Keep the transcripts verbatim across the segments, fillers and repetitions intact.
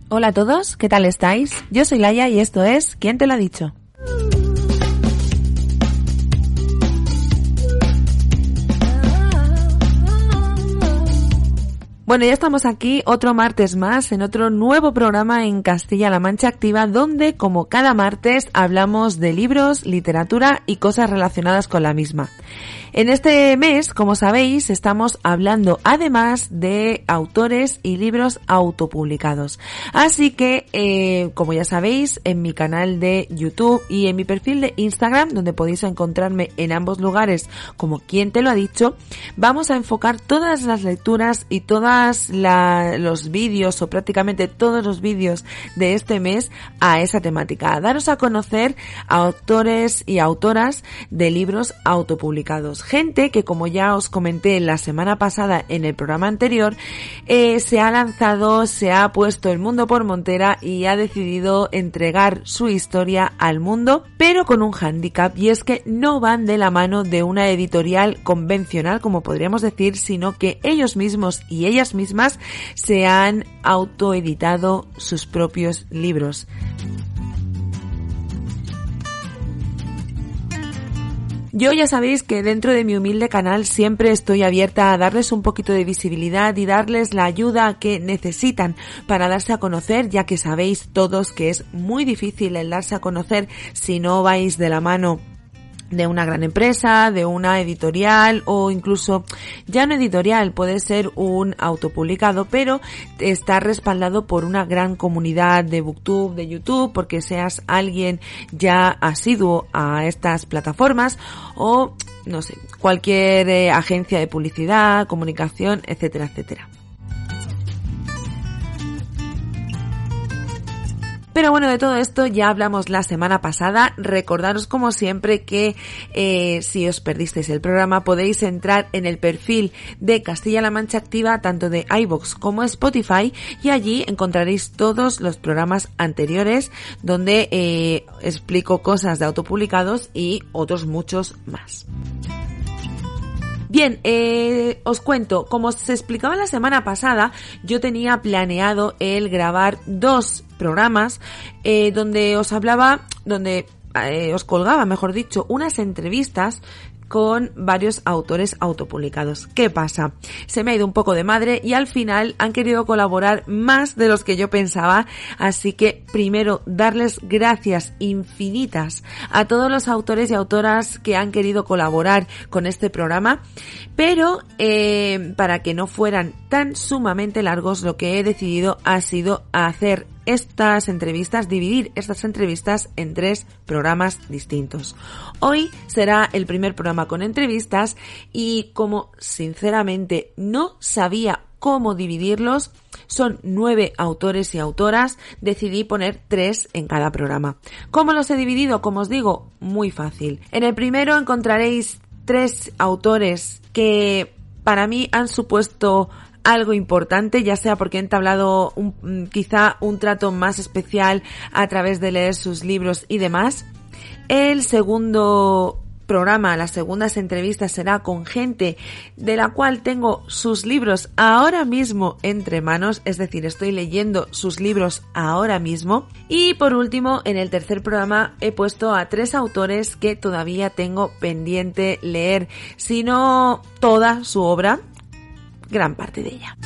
Hola a todos, ¿qué tal estáis? Yo soy Laia y esto es ¿Quién te lo ha dicho? Bueno, ya estamos aquí otro martes más en otro nuevo programa en Castilla-La Mancha Activa, donde como cada martes hablamos de libros, literatura y cosas relacionadas con la misma. En este mes, como sabéis, estamos hablando además de autores y libros autopublicados. Así que, eh, como ya sabéis, en mi canal de YouTube y en mi perfil de Instagram, donde podéis encontrarme en ambos lugares como ¿Quién te lo ha dicho?, vamos a enfocar todas las lecturas y todos los vídeos, o prácticamente todos los vídeos de este mes a esa temática, a daros a conocer a autores y autoras de libros autopublicados. Gente que, como ya os comenté la semana pasada en el programa anterior, eh, se ha lanzado, se ha puesto el mundo por montera y ha decidido entregar su historia al mundo, pero con un hándicap, y es que no van de la mano de una editorial convencional, como podríamos decir, sino que ellos mismos y ellas mismas se han autoeditado sus propios libros. Yo ya sabéis que dentro de mi humilde canal siempre estoy abierta a darles un poquito de visibilidad y darles la ayuda que necesitan para darse a conocer, ya que sabéis todos que es muy difícil el darse a conocer si no vais de la mano de una gran empresa, de una editorial o incluso ya no editorial, puede ser un autopublicado, pero está respaldado por una gran comunidad de Booktube, de YouTube, porque seas alguien ya asiduo a estas plataformas o, no sé, cualquier eh, agencia de publicidad, comunicación, etcétera, etcétera. Pero bueno, de todo esto ya hablamos la semana pasada. Recordaros como siempre que eh, si os perdisteis el programa podéis entrar en el perfil de Castilla-La Mancha Activa, tanto de iVoox como Spotify, y allí encontraréis todos los programas anteriores donde eh, explico cosas de autopublicados y otros muchos más. Bien, eh, os cuento, como se explicaba la semana pasada, yo tenía planeado el grabar dos programas eh, donde os hablaba, donde eh, os colgaba, mejor dicho, unas entrevistas con varios autores autopublicados. ¿Qué pasa? Se me ha ido un poco de madre y al final han querido colaborar más de los que yo pensaba, así que primero darles gracias infinitas a todos los autores y autoras que han querido colaborar con este programa, pero eh, para que no fueran tan sumamente largos, lo que he decidido ha sido hacer estas entrevistas, dividir estas entrevistas en tres programas distintos. Hoy será el primer programa con entrevistas y como sinceramente no sabía cómo dividirlos, son nueve autores y autoras, decidí poner tres en cada programa. ¿Cómo los he dividido? Como os digo, muy fácil. En el primero encontraréis tres autores que para mí han supuesto algo importante, ya sea porque he entablado un, quizá un trato más especial a través de leer sus libros y demás. El segundo programa, las segundas entrevistas será con gente de la cual tengo sus libros ahora mismo entre manos, es decir, estoy leyendo sus libros ahora mismo. Y por último, en el tercer programa he puesto a tres autores que todavía tengo pendiente leer, si no toda su obra, gran parte de ella.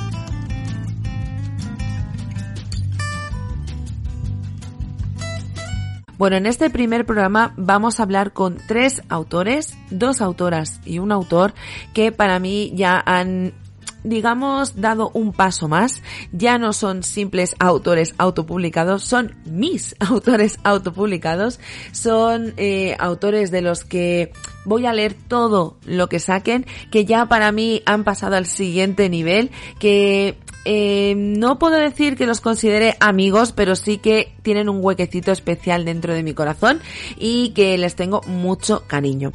Bueno, en este primer programa vamos a hablar con tres autores, dos autoras y un autor que para mí ya han, digamos, dado un paso más. Ya no son simples autores autopublicados, son mis autores autopublicados. Son eh, autores de los que voy a leer todo lo que saquen, que ya para mí han pasado al siguiente nivel, que Eh, no puedo decir que los considere amigos, pero sí que tienen un huequecito especial dentro de mi corazón y que les tengo mucho cariño.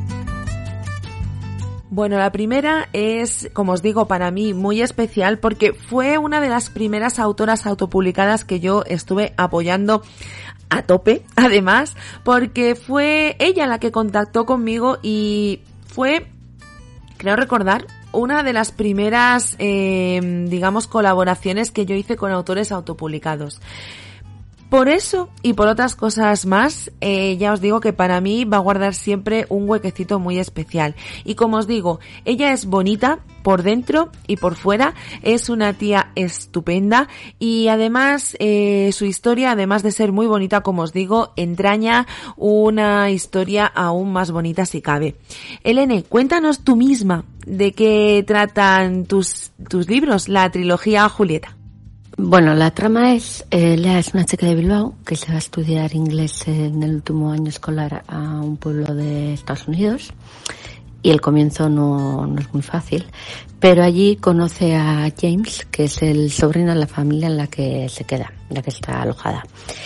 Bueno, la primera es, como os digo, para mí muy especial porque fue una de las primeras autoras autopublicadas que yo estuve apoyando a tope, además, porque fue ella la que contactó conmigo y fue, creo recordar, una de las primeras, eh, digamos, colaboraciones que yo hice con autores autopublicados. Por eso y por otras cosas más, eh, ya os digo que para mí va a guardar siempre un huequecito muy especial. Y como os digo, ella es bonita por dentro y por fuera, es una tía estupenda y además eh, su historia, además de ser muy bonita, como os digo, entraña una historia aún más bonita si cabe. Elene, cuéntanos tú misma de qué tratan tus, tus libros, la trilogía Julieta. Bueno, la trama es, eh, Lea es una chica de Bilbao que se va a estudiar inglés en el último año escolar a un pueblo de Estados Unidos y el comienzo no, no es muy fácil, pero allí conoce a James, que es el sobrino de la familia en la que se queda, en la que está alojada.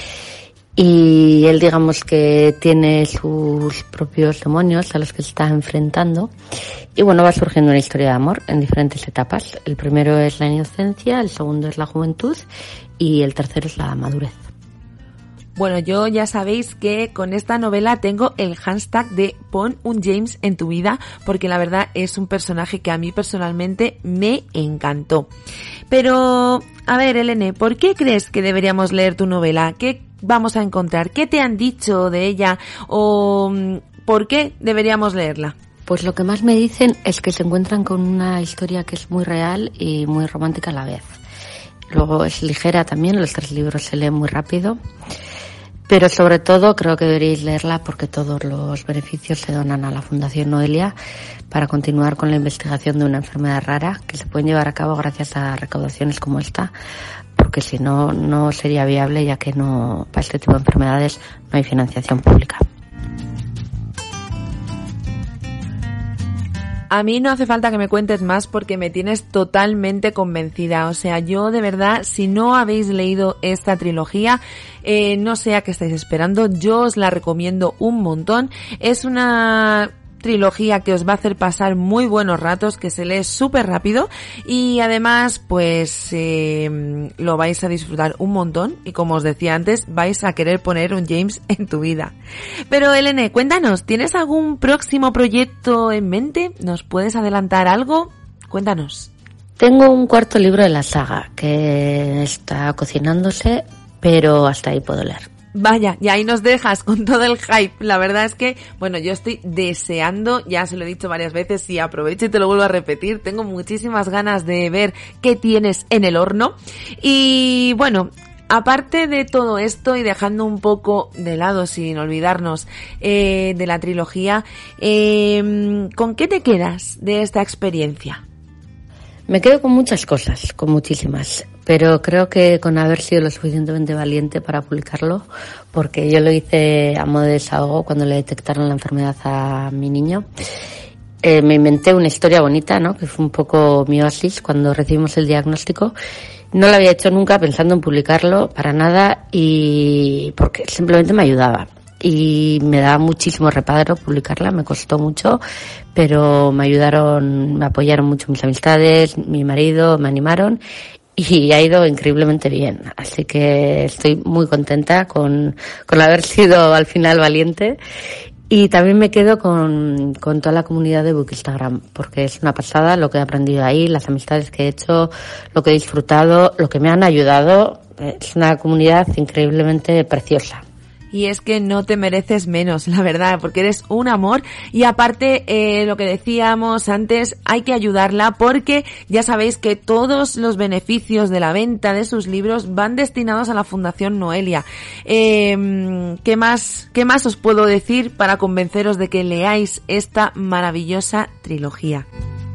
Y él, digamos que tiene sus propios demonios a los que se está enfrentando. Y bueno, va surgiendo una historia de amor en diferentes etapas. El primero es la inocencia, el segundo es la juventud y el tercero es la madurez. Bueno, yo ya sabéis que con esta novela tengo el hashtag de pon un James en tu vida, porque la verdad es un personaje que a mí personalmente me encantó. Pero, a ver, Elene, ¿por qué crees que deberíamos leer tu novela? ¿Qué vamos a encontrar? ¿Qué te han dicho de ella? ¿O por qué deberíamos leerla? Pues lo que más me dicen es que se encuentran con una historia que es muy real y muy romántica a la vez. Luego es ligera también, los tres libros se leen muy rápido. Pero sobre todo creo que deberíais leerla porque todos los beneficios se donan a la Fundación Noelia para continuar con la investigación de una enfermedad rara que se pueden llevar a cabo gracias a recaudaciones como esta, porque si no, no sería viable, ya que no, para este tipo de enfermedades no hay financiación pública. A mí no hace falta que me cuentes más porque me tienes totalmente convencida. O sea, yo de verdad, si no habéis leído esta trilogía, eh, no sé a qué estáis esperando. Yo os la recomiendo un montón. Es una trilogía que os va a hacer pasar muy buenos ratos, que se lee súper rápido y además pues eh, lo vais a disfrutar un montón y como os decía antes vais a querer poner un James en tu vida. Pero Elene, cuéntanos, ¿tienes algún próximo proyecto en mente? ¿Nos puedes adelantar algo? Cuéntanos. Tengo un cuarto libro de la saga que está cocinándose, pero hasta ahí puedo leer. Vaya, y ahí nos dejas con todo el hype. La verdad es que, bueno, yo estoy deseando, ya se lo he dicho varias veces y aprovecho y te lo vuelvo a repetir, tengo muchísimas ganas de ver qué tienes en el horno. Y bueno, aparte de todo esto y dejando un poco de lado, sin olvidarnos eh, de la trilogía, eh, ¿con qué te quedas de esta experiencia? Me quedo con muchas cosas, con muchísimas, pero creo que con haber sido lo suficientemente valiente para publicarlo, porque yo lo hice a modo de desahogo cuando le detectaron la enfermedad a mi niño. Eh, me inventé una historia bonita, ¿no? Que fue un poco mi oasis cuando recibimos el diagnóstico. No lo había hecho nunca pensando en publicarlo para nada y porque simplemente me ayudaba. Y me daba muchísimo reparo publicarla, me costó mucho, pero me ayudaron, me apoyaron mucho mis amistades, mi marido, me animaron y ha ido increíblemente bien. Así que estoy muy contenta con, con haber sido al final valiente. Y también me quedo con, con toda la comunidad de Bookstagram, porque es una pasada lo que he aprendido ahí, las amistades que he hecho, lo que he disfrutado, lo que me han ayudado. Es una comunidad increíblemente preciosa. Y es que no te mereces menos, la verdad, porque eres un amor y aparte, eh, lo que decíamos antes, hay que ayudarla porque ya sabéis que todos los beneficios de la venta de sus libros van destinados a la Fundación Noelia. Eh, ¿qué más, qué más os puedo decir para convenceros de que leáis esta maravillosa trilogía?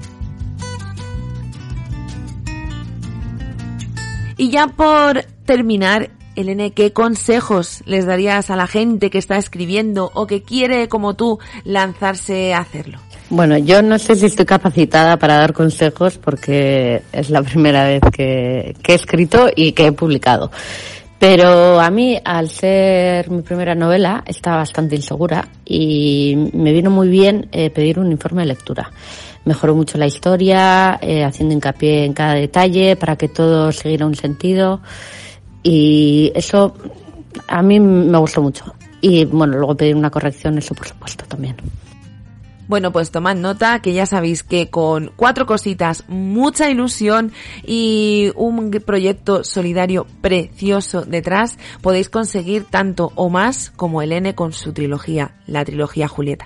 Y ya por terminar, Elene, ¿qué consejos les darías a la gente que está escribiendo o que quiere, como tú, lanzarse a hacerlo? Bueno, yo no sé si estoy capacitada para dar consejos porque es la primera vez que, que he escrito y que he publicado. Pero a mí, al ser mi primera novela, estaba bastante insegura y me vino muy bien eh, pedir un informe de lectura. Mejoró mucho la historia, eh, haciendo hincapié en cada detalle para que todo siguiera un sentido. Y eso a mí me gustó mucho. Y bueno, luego pedir una corrección, eso por supuesto también. Bueno, pues tomad nota, que ya sabéis que con cuatro cositas, mucha ilusión y un proyecto solidario precioso detrás, podéis conseguir tanto o más como Helene con su trilogía, la trilogía Julieta.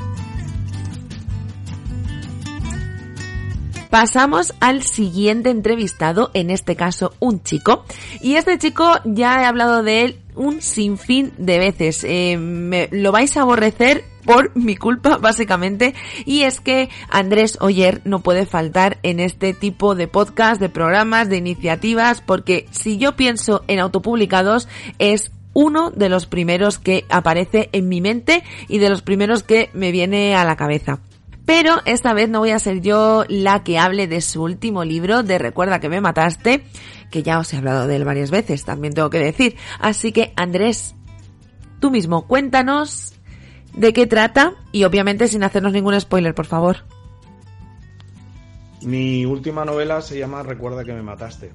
Pasamos al siguiente entrevistado, en este caso un chico. Y este chico ya he hablado de él un sinfín de veces. Eh, me, lo vais a aborrecer por mi culpa, básicamente. Y es que Andrés Oller no puede faltar en este tipo de podcast, de programas, de iniciativas, porque si yo pienso en autopublicados, es uno de los primeros que aparece en mi mente y de los primeros que me viene a la cabeza. Pero esta vez no voy a ser yo la que hable de su último libro, de Recuerda que me mataste, que ya os he hablado de él varias veces, también tengo que decir. Así que, Andrés, tú mismo, cuéntanos de qué trata y obviamente sin hacernos ningún spoiler, por favor. Mi última novela se llama Recuerda que me mataste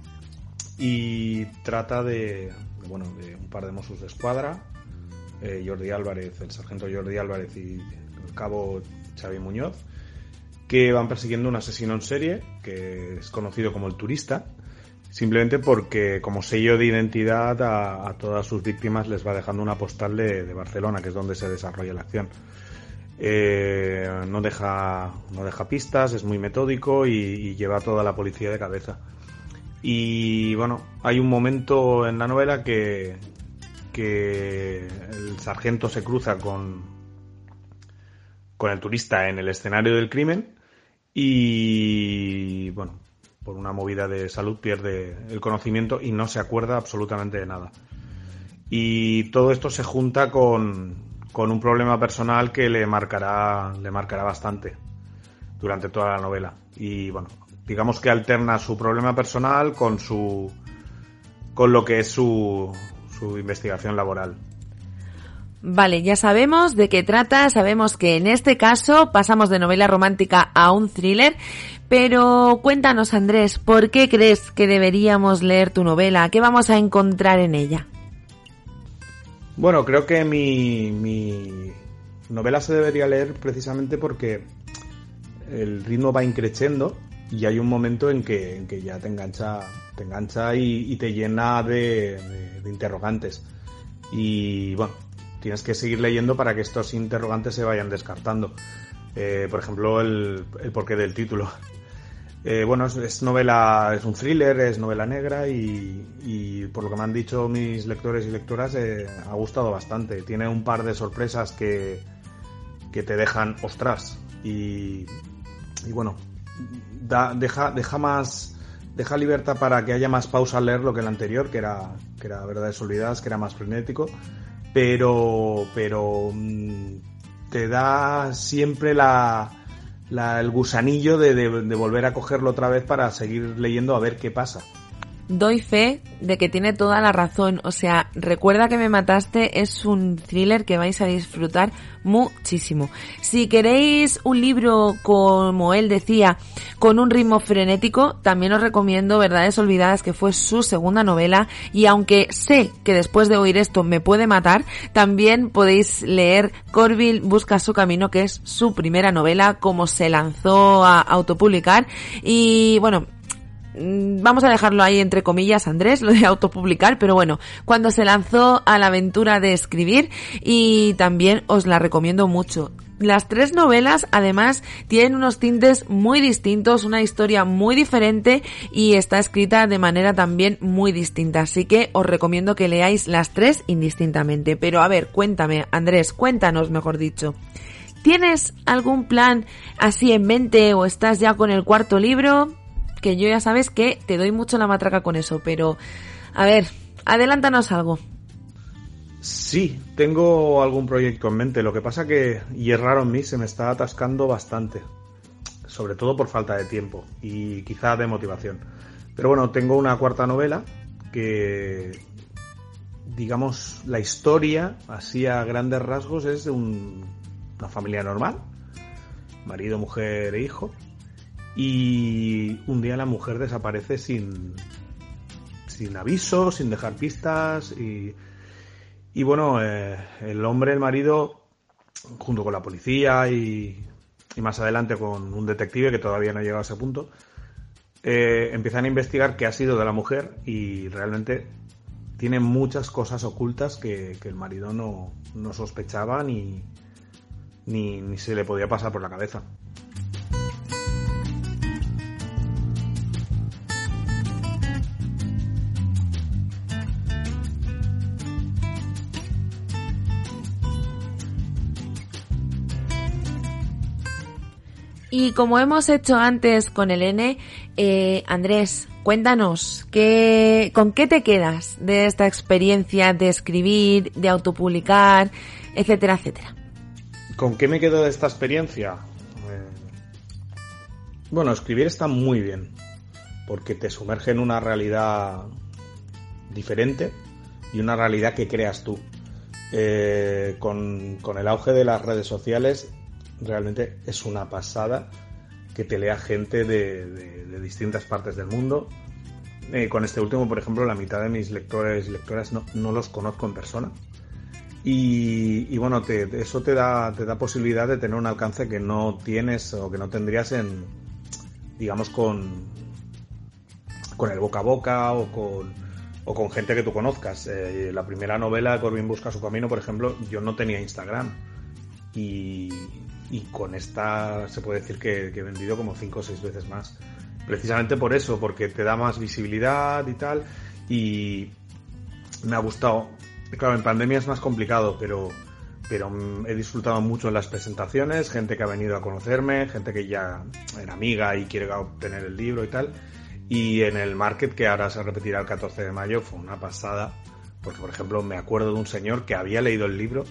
y trata de, de, bueno, de un par de Mossos de Escuadra, eh, Jordi Álvarez, el sargento Jordi Álvarez y el cabo Xavi Muñoz, que van persiguiendo un asesino en serie que es conocido como el Turista, simplemente porque como sello de identidad a, a todas sus víctimas les va dejando una postal de, de Barcelona, que es donde se desarrolla la acción. Eh, no deja no deja pistas, es muy metódico y, y lleva a toda la policía de cabeza. Y bueno, hay un momento en la novela que, que el sargento se cruza con con el Turista en el escenario del crimen y, bueno, por una movida de salud pierde el conocimiento y no se acuerda absolutamente de nada. Y todo esto se junta con, con un problema personal que le marcará, le marcará bastante durante toda la novela. Y, bueno, digamos que alterna su problema personal con su, con lo que es su, su investigación laboral. Vale, ya sabemos de qué trata, sabemos que en este caso pasamos de novela romántica a un thriller, pero cuéntanos, Andrés, ¿por qué crees que deberíamos leer tu novela? ¿Qué vamos a encontrar en ella? Bueno, creo que mi, mi novela se debería leer precisamente porque el ritmo va increciendo y hay un momento en que, en que ya te engancha, te engancha y, y te llena de, de, de interrogantes. Y bueno, tienes que seguir leyendo para que estos interrogantes se vayan descartando. Eh, por ejemplo, el, el porqué del título. Eh, bueno, es, es novela, es un thriller, es novela negra y, y por lo que me han dicho mis lectores y lectoras, eh, ha gustado bastante. Tiene un par de sorpresas que, que te dejan ostras. Y, y bueno, da, deja, deja más, deja libertad para que haya más pausa al leerlo que el anterior, que era, que era Verdades Olvidadas, que era más frenético. Pero, pero te da siempre la, la, el gusanillo de, de, de volver a cogerlo otra vez para seguir leyendo a ver qué pasa. Doy fe de que tiene toda la razón. O sea, Recuerda que me mataste es un thriller que vais a disfrutar muchísimo. Si queréis un libro, como él decía, con un ritmo frenético, también os recomiendo Verdades Olvidadas, que fue su segunda novela. Y aunque sé que después de oír esto me puede matar, también podéis leer Corville busca su camino, que es su primera novela, como se lanzó a autopublicar. Y bueno, vamos a dejarlo ahí entre comillas, Andrés, lo de autopublicar, pero bueno, cuando se lanzó a la aventura de escribir, y también os la recomiendo mucho. Las tres novelas, además, tienen unos tintes muy distintos, una historia muy diferente y está escrita de manera también muy distinta, así que os recomiendo que leáis las tres indistintamente. Pero a ver, cuéntame, Andrés, cuéntanos, mejor dicho, ¿tienes algún plan así en mente o estás ya con el cuarto libro? Que yo ya sabes que te doy mucho la matraca con eso, pero a ver, adelántanos algo. Sí, tengo algún proyecto en mente, lo que pasa que, y es raro en mí, se me está atascando bastante, sobre todo por falta de tiempo y quizá de motivación. Pero bueno, tengo una cuarta novela que, digamos, la historia, así a grandes rasgos, es de un, una familia normal, marido, mujer e hijo. Y un día la mujer desaparece sin, sin aviso, sin dejar pistas y, y bueno, eh, el hombre, el marido, junto con la policía y, y más adelante con un detective que todavía no ha llegado a ese punto, eh, empiezan a investigar qué ha sido de la mujer y realmente tiene muchas cosas ocultas que, que el marido no, no sospechaba ni, ni, ni se le podía pasar por la cabeza. Y como hemos hecho antes con el N, eh, Andrés, cuéntanos, ¿qué, ¿con qué te quedas de esta experiencia de escribir, de autopublicar, etcétera, etcétera? ¿Con qué me quedo de esta experiencia? Eh, bueno, escribir está muy bien, porque te sumerge en una realidad diferente y una realidad que creas tú. Eh, con, con el auge de las redes sociales, realmente es una pasada que te lea gente de, de, de distintas partes del mundo. Eh, con este último, por ejemplo, la mitad de mis lectores y lectoras no, no los conozco en persona. Y, y bueno, te, eso te da, te da posibilidad de tener un alcance que no tienes o que no tendrías en, digamos, con, con el boca a boca o con, o con gente que tú conozcas. Eh, la primera novela, Corbin busca su camino, por ejemplo, yo no tenía Instagram. Y, y con esta se puede decir que, que he vendido como cinco o seis veces más. Precisamente por eso, porque te da más visibilidad y tal. Y me ha gustado. Claro, en pandemia es más complicado, pero, pero he disfrutado mucho en las presentaciones. Gente que ha venido a conocerme, gente que ya era amiga y quiere obtener el libro y tal. Y en el market, que ahora se repetirá el catorce de mayo, fue una pasada. Porque, por ejemplo, me acuerdo de un señor que había leído el libro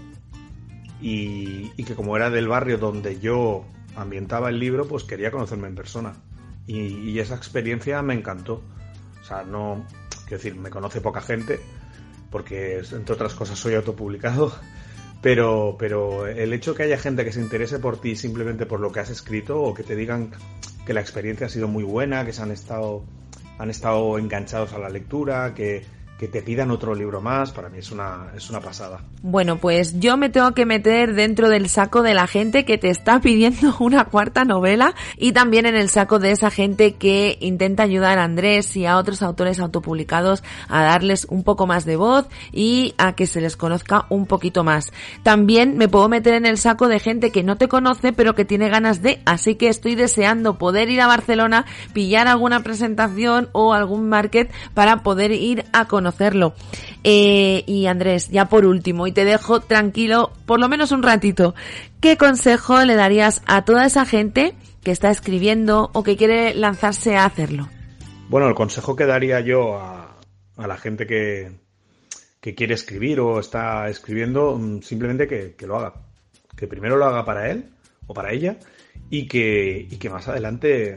y, y que como era del barrio donde yo ambientaba el libro, pues quería conocerme en persona. Y, y esa experiencia me encantó. O sea, no... Quiero decir, me conoce poca gente, porque entre otras cosas soy autopublicado, pero, pero el hecho que haya gente que se interese por ti simplemente por lo que has escrito, o que te digan que la experiencia ha sido muy buena, que se han estado, han estado enganchados a la lectura, que... que te pidan otro libro más, para mí es una es una pasada. Bueno, pues yo me tengo que meter dentro del saco de la gente que te está pidiendo una cuarta novela y también en el saco de esa gente que intenta ayudar a Andrés y a otros autores autopublicados a darles un poco más de voz y a que se les conozca un poquito más. También me puedo meter en el saco de gente que no te conoce pero que tiene ganas de, así que estoy deseando poder ir a Barcelona, pillar alguna presentación o algún market para poder ir a conocer conocerlo. Eh, y Andrés, ya por último, y te dejo tranquilo por lo menos un ratito, ¿qué consejo le darías a toda esa gente que está escribiendo o que quiere lanzarse a hacerlo? Bueno, el consejo que daría yo a, a la gente que, que quiere escribir o está escribiendo, simplemente que, que lo haga. Que primero lo haga para él o para ella y que, y que más adelante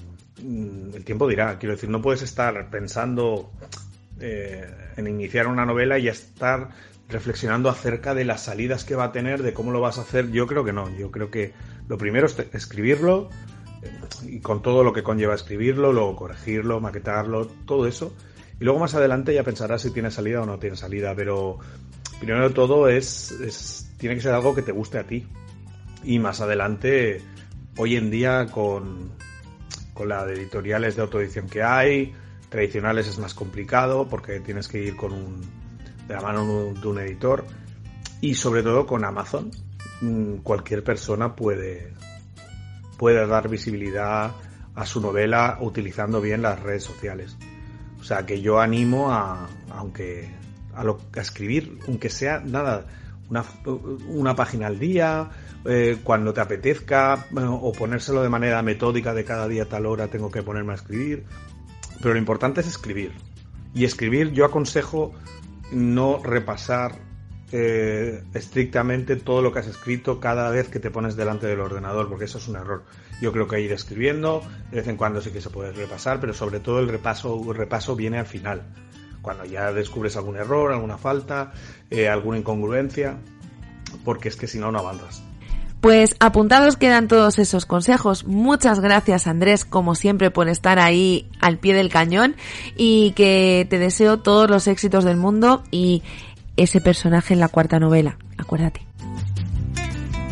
el tiempo dirá. Quiero decir, no puedes estar pensando Eh, en iniciar una novela y estar reflexionando acerca de las salidas que va a tener, de cómo lo vas a hacer. Yo creo que no, yo creo que lo primero es escribirlo eh, y con todo lo que conlleva escribirlo, luego corregirlo, maquetarlo, todo eso, y luego más adelante ya pensarás si tiene salida o no tiene salida, pero primero de todo es, es tiene que ser algo que te guste a ti, y más adelante, hoy en día con, con la de editoriales de autoedición que hay, tradicionales es más complicado porque tienes que ir con un, de la mano de un editor, y sobre todo con Amazon cualquier persona puede, puede dar visibilidad a su novela utilizando bien las redes sociales. O sea que yo animo a, aunque a, lo, a escribir, aunque sea nada, una, una página al día, eh, cuando te apetezca, eh, o ponérselo de manera metódica, de cada día a tal hora tengo que ponerme a escribir. Pero lo importante es escribir. Y escribir, yo aconsejo no repasar eh, estrictamente todo lo que has escrito cada vez que te pones delante del ordenador, porque eso es un error. Yo creo que ir escribiendo, de vez en cuando sí que se puede repasar, pero sobre todo el repaso, el repaso viene al final, cuando ya descubres algún error, alguna falta, eh, alguna incongruencia, porque es que si no, no avanzas. Pues apuntados quedan todos esos consejos. Muchas gracias, Andrés, como siempre, por estar ahí al pie del cañón, y que te deseo todos los éxitos del mundo y ese personaje en la cuarta novela. Acuérdate.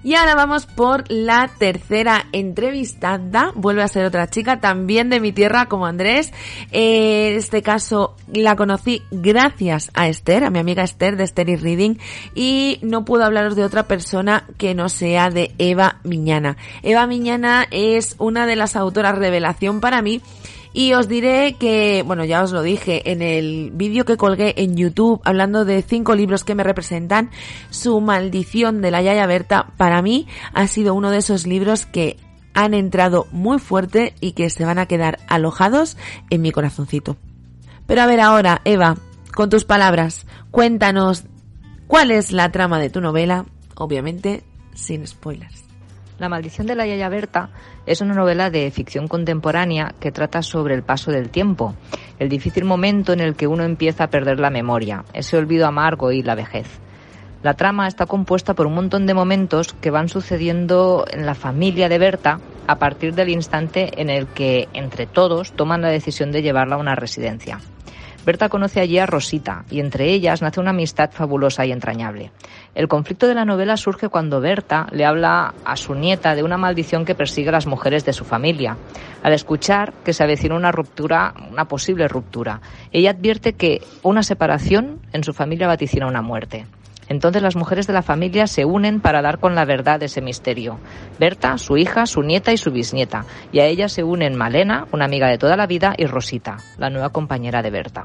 Y ahora vamos por la tercera entrevistada. Vuelve a ser otra chica, también de mi tierra, como Andrés. Eh, en este caso la conocí gracias a Esther, a mi amiga Esther de Esther is Reading. Y no puedo hablaros de otra persona que no sea de Eva Miñana. Eva Miñana es una de las autoras revelación para mí. Y os diré que, bueno, ya os lo dije en el vídeo que colgué en YouTube hablando de cinco libros que me representan, Su maldición de la Yaya Berta para mí ha sido uno de esos libros que han entrado muy fuerte y que se van a quedar alojados en mi corazoncito. Pero a ver ahora, Eva, con tus palabras, cuéntanos cuál es la trama de tu novela, obviamente sin spoilers. La maldición de la Yaya Berta es una novela de ficción contemporánea que trata sobre el paso del tiempo, el difícil momento en el que uno empieza a perder la memoria, ese olvido amargo y la vejez. La trama está compuesta por un montón de momentos que van sucediendo en la familia de Berta a partir del instante en el que, entre todos, toman la decisión de llevarla a una residencia. Berta conoce allí a Rosita y entre ellas nace una amistad fabulosa y entrañable. El conflicto de la novela surge cuando Berta le habla a su nieta de una maldición que persigue a las mujeres de su familia. Al escuchar que se avecina una ruptura, una posible ruptura, ella advierte que una separación en su familia vaticina una muerte. Entonces las mujeres de la familia se unen para dar con la verdad de ese misterio. Berta, su hija, su nieta y su bisnieta. Y a ellas se unen Malena, una amiga de toda la vida, y Rosita, la nueva compañera de Berta.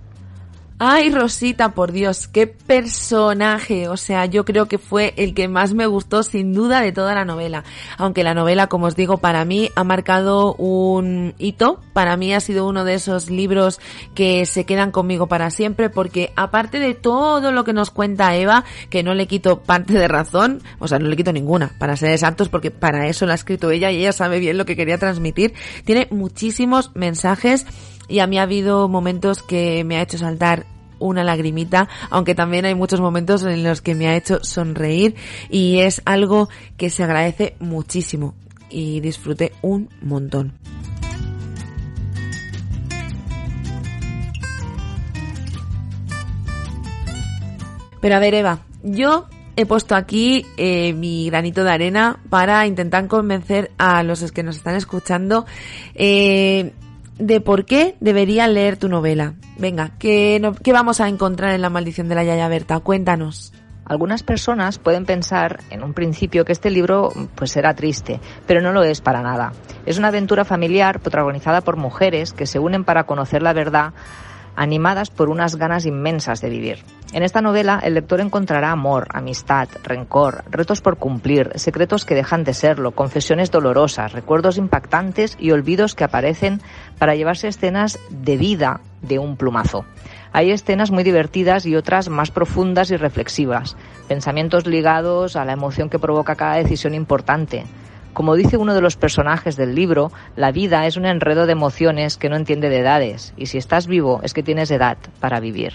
Ay, Rosita, por Dios, qué personaje. O sea, yo creo que fue el que más me gustó sin duda de toda la novela. Aunque la novela, como os digo, para mí ha marcado un hito. Para mí ha sido uno de esos libros que se quedan conmigo para siempre, porque aparte de todo lo que nos cuenta Eva, que no le quito parte de razón, o sea, no le quito ninguna, para ser exactos, porque para eso la ha escrito ella y ella sabe bien lo que quería transmitir. Tiene muchísimos mensajes y a mí ha habido momentos que me ha hecho saltar una lagrimita, aunque también hay muchos momentos en los que me ha hecho sonreír y es algo que se agradece muchísimo y disfruté un montón. Pero a ver, Eva, yo he puesto aquí eh, mi granito de arena para intentar convencer a los que nos están escuchando eh, de por qué deberían leer tu novela. Venga, ¿qué, no, ¿qué vamos a encontrar en La maldición de la Yaya Berta? Cuéntanos. Algunas personas pueden pensar en un principio que este libro pues será triste, pero no lo es para nada. Es una aventura familiar protagonizada por mujeres que se unen para conocer la verdad, animadas por unas ganas inmensas de vivir. En esta novela el lector encontrará amor, amistad, rencor, retos por cumplir, secretos que dejan de serlo, confesiones dolorosas, recuerdos impactantes y olvidos que aparecen para llevarse escenas de vida de un plumazo. Hay escenas muy divertidas y otras más profundas y reflexivas, pensamientos ligados a la emoción que provoca cada decisión importante. Como dice uno de los personajes del libro, la vida es un enredo de emociones que no entiende de edades, y si estás vivo es que tienes edad para vivir.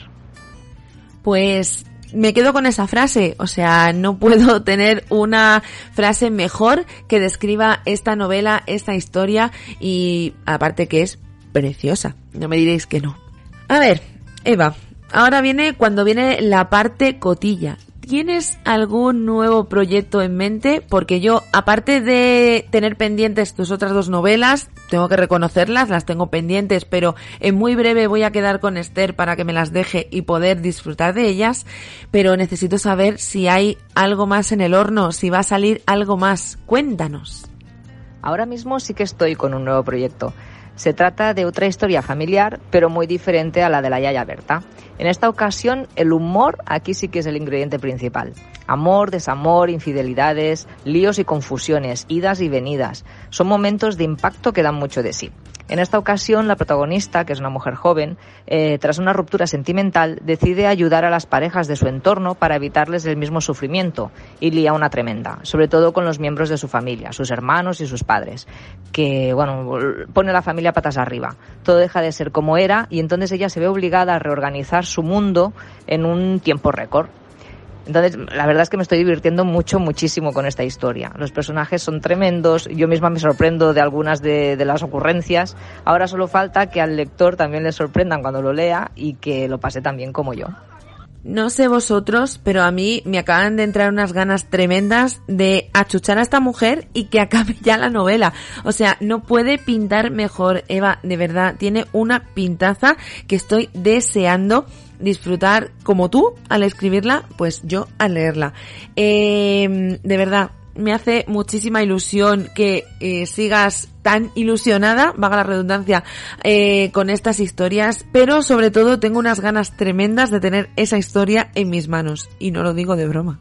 Pues me quedo con esa frase, o sea, no puedo tener una frase mejor que describa esta novela, esta historia, y aparte que es preciosa, no me diréis que no. A ver, Eva, ahora viene cuando viene la parte cotilla. ¿Tienes algún nuevo proyecto en mente? Porque yo, aparte de tener pendientes tus otras dos novelas, tengo que reconocerlas, las tengo pendientes, pero en muy breve voy a quedar con Esther para que me las deje y poder disfrutar de ellas, pero necesito saber si hay algo más en el horno, si va a salir algo más. Cuéntanos. Ahora mismo sí que estoy con un nuevo proyecto. Se trata de otra historia familiar, pero muy diferente a la de la Yaya Berta. En esta ocasión, el humor aquí sí que es el ingrediente principal. Amor, desamor, infidelidades, líos y confusiones, idas y venidas. Son momentos de impacto que dan mucho de sí. En esta ocasión, la protagonista, que es una mujer joven, eh, tras una ruptura sentimental, decide ayudar a las parejas de su entorno para evitarles el mismo sufrimiento y lía una tremenda, sobre todo con los miembros de su familia, sus hermanos y sus padres, que, bueno, pone a la familia patas arriba. Todo deja de ser como era y entonces ella se ve obligada a reorganizar su mundo en un tiempo récord. Entonces, la verdad es que me estoy divirtiendo mucho, muchísimo con esta historia. Los personajes son tremendos, yo misma me sorprendo de algunas de, de las ocurrencias. Ahora solo falta que al lector también le sorprendan cuando lo lea y que lo pase tan bien como yo. No sé vosotros, pero a mí me acaban de entrar unas ganas tremendas de achuchar a esta mujer y que acabe ya la novela. O sea, no puede pintar mejor, Eva, de verdad, tiene una pintaza que estoy deseando disfrutar como tú al escribirla, pues yo al leerla. Eh, de verdad, me hace muchísima ilusión que eh, sigas tan ilusionada, valga la redundancia, eh, con estas historias, pero sobre todo tengo unas ganas tremendas de tener esa historia en mis manos, y no lo digo de broma.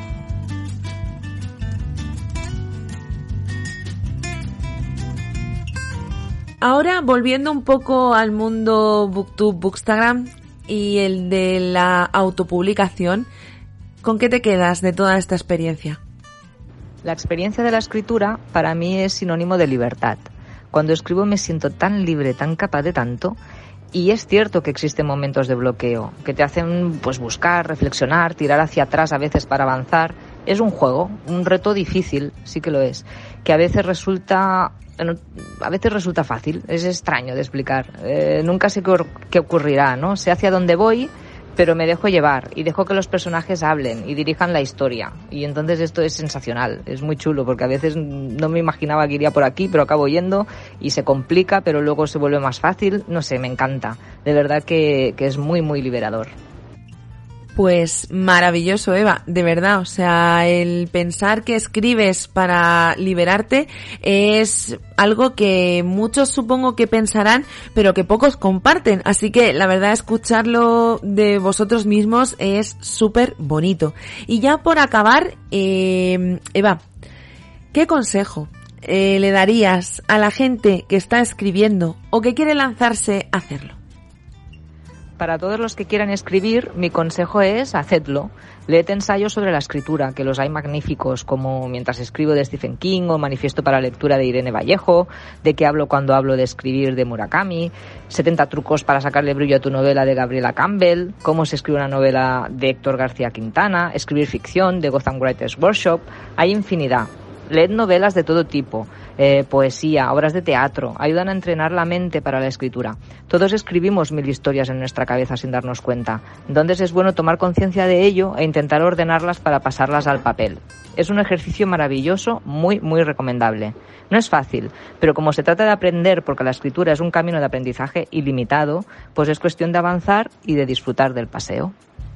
Ahora, volviendo un poco al mundo Booktube, Bookstagram y el de la autopublicación, ¿con qué te quedas de toda esta experiencia? La experiencia de la escritura para mí es sinónimo de libertad. Cuando escribo me siento tan libre, tan capaz de tanto, y es cierto que existen momentos de bloqueo que te hacen pues buscar, reflexionar, tirar hacia atrás a veces para avanzar. Es un juego, un reto difícil, sí que lo es, que a veces resulta a veces resulta fácil, es extraño de explicar. Eh, nunca sé qué, qué ocurrirá, ¿no? Sé hacia dónde voy, pero me dejo llevar y dejo que los personajes hablen y dirijan la historia. Y entonces esto es sensacional, es muy chulo, porque a veces no me imaginaba que iría por aquí, pero acabo yendo y se complica, pero luego se vuelve más fácil. No sé, me encanta. De verdad que, que es muy, muy liberador. Pues maravilloso, Eva, de verdad. O sea, el pensar que escribes para liberarte es algo que muchos supongo que pensarán, pero que pocos comparten. Así que la verdad, escucharlo de vosotros mismos es súper bonito. Y ya por acabar, eh, Eva, ¿qué consejo eh, le darías a la gente que está escribiendo o que quiere lanzarse a hacerlo? Para todos los que quieran escribir, mi consejo es hacedlo. Leed ensayos sobre la escritura, que los hay magníficos, como Mientras escribo de Stephen King o Manifiesto para la lectura de Irene Vallejo, De qué hablo cuando hablo de escribir de Murakami, setenta trucos para sacarle brillo a tu novela de Gabriela Campbell, Cómo se escribe una novela de Héctor García Quintana, Escribir ficción de Gotham Writers Workshop. Hay infinidad. Leed novelas de todo tipo, eh, poesía, obras de teatro, ayudan a entrenar la mente para la escritura. Todos escribimos mil historias en nuestra cabeza sin darnos cuenta. Entonces es bueno tomar conciencia de ello e intentar ordenarlas para pasarlas al papel. Es un ejercicio maravilloso, muy, muy recomendable. No es fácil, pero como se trata de aprender, porque la escritura es un camino de aprendizaje ilimitado, pues es cuestión de avanzar y de disfrutar del paseo.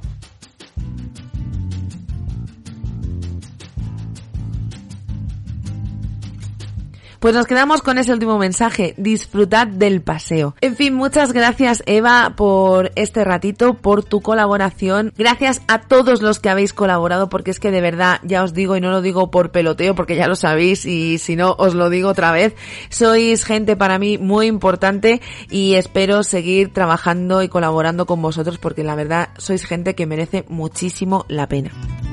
Pues nos quedamos con ese último mensaje, disfrutad del paseo. En fin, muchas gracias, Eva, por este ratito, por tu colaboración. Gracias a todos los que habéis colaborado, porque es que de verdad, ya os digo, y no lo digo por peloteo, porque ya lo sabéis, y si no, os lo digo otra vez, sois gente para mí muy importante y espero seguir trabajando y colaborando con vosotros, porque la verdad sois gente que merece muchísimo la pena.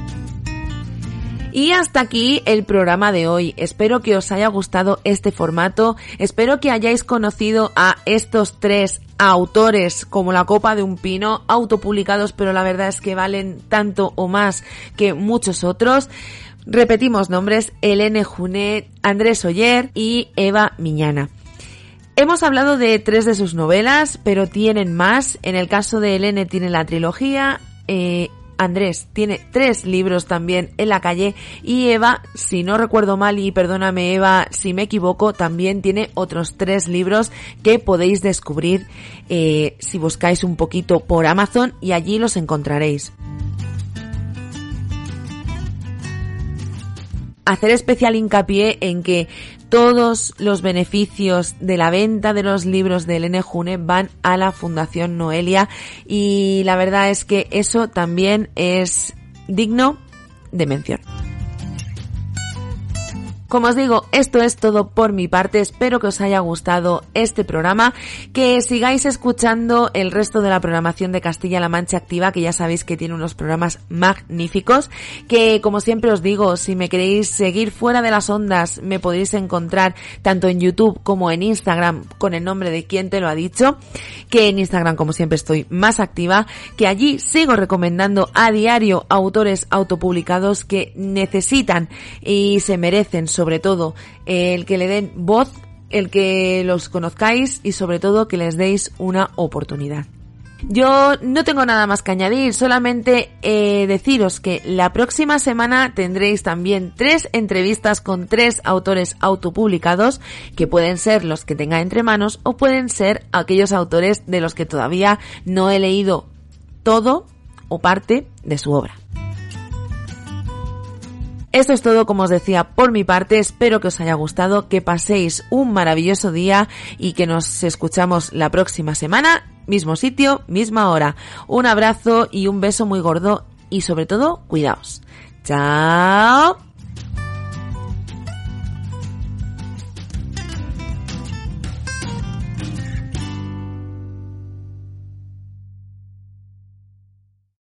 Y hasta aquí el programa de hoy. Espero que os haya gustado este formato. Espero que hayáis conocido a estos tres autores como la copa de un pino, autopublicados, pero la verdad es que valen tanto o más que muchos otros. Repetimos nombres: Helene Junet, Andrés Oller y Eva Miñana. Hemos hablado de tres de sus novelas, pero tienen más. En el caso de Helene tiene la trilogía, eh, Andrés tiene tres libros también en la calle y Eva, si no recuerdo mal, y perdóname Eva si me equivoco, también tiene otros tres libros que podéis descubrir eh, si buscáis un poquito por Amazon y allí los encontraréis. Hacer especial hincapié en que todos los beneficios de la venta de los libros de Helene Junet van a la Fundación Noelia y la verdad es que eso también es digno de mención. Como os digo, esto es todo por mi parte. Espero que os haya gustado este programa, que sigáis escuchando el resto de la programación de Castilla-La Mancha Activa, que ya sabéis que tiene unos programas magníficos, que como siempre os digo, si me queréis seguir fuera de las ondas, me podéis encontrar tanto en YouTube como en Instagram con el nombre de Quién te lo ha dicho, que en Instagram como siempre estoy más activa, que allí sigo recomendando a diario autores autopublicados que necesitan y se merecen sobre todo el que le den voz, el que los conozcáis y sobre todo que les deis una oportunidad. Yo no tengo nada más que añadir, solamente eh, deciros que la próxima semana tendréis también tres entrevistas con tres autores autopublicados, que pueden ser los que tenga entre manos o pueden ser aquellos autores de los que todavía no he leído todo o parte de su obra. Esto es todo, como os decía, por mi parte. Espero que os haya gustado, que paséis un maravilloso día y que nos escuchamos la próxima semana, mismo sitio, misma hora. Un abrazo y un beso muy gordo y sobre todo, cuidaos. ¡Chao!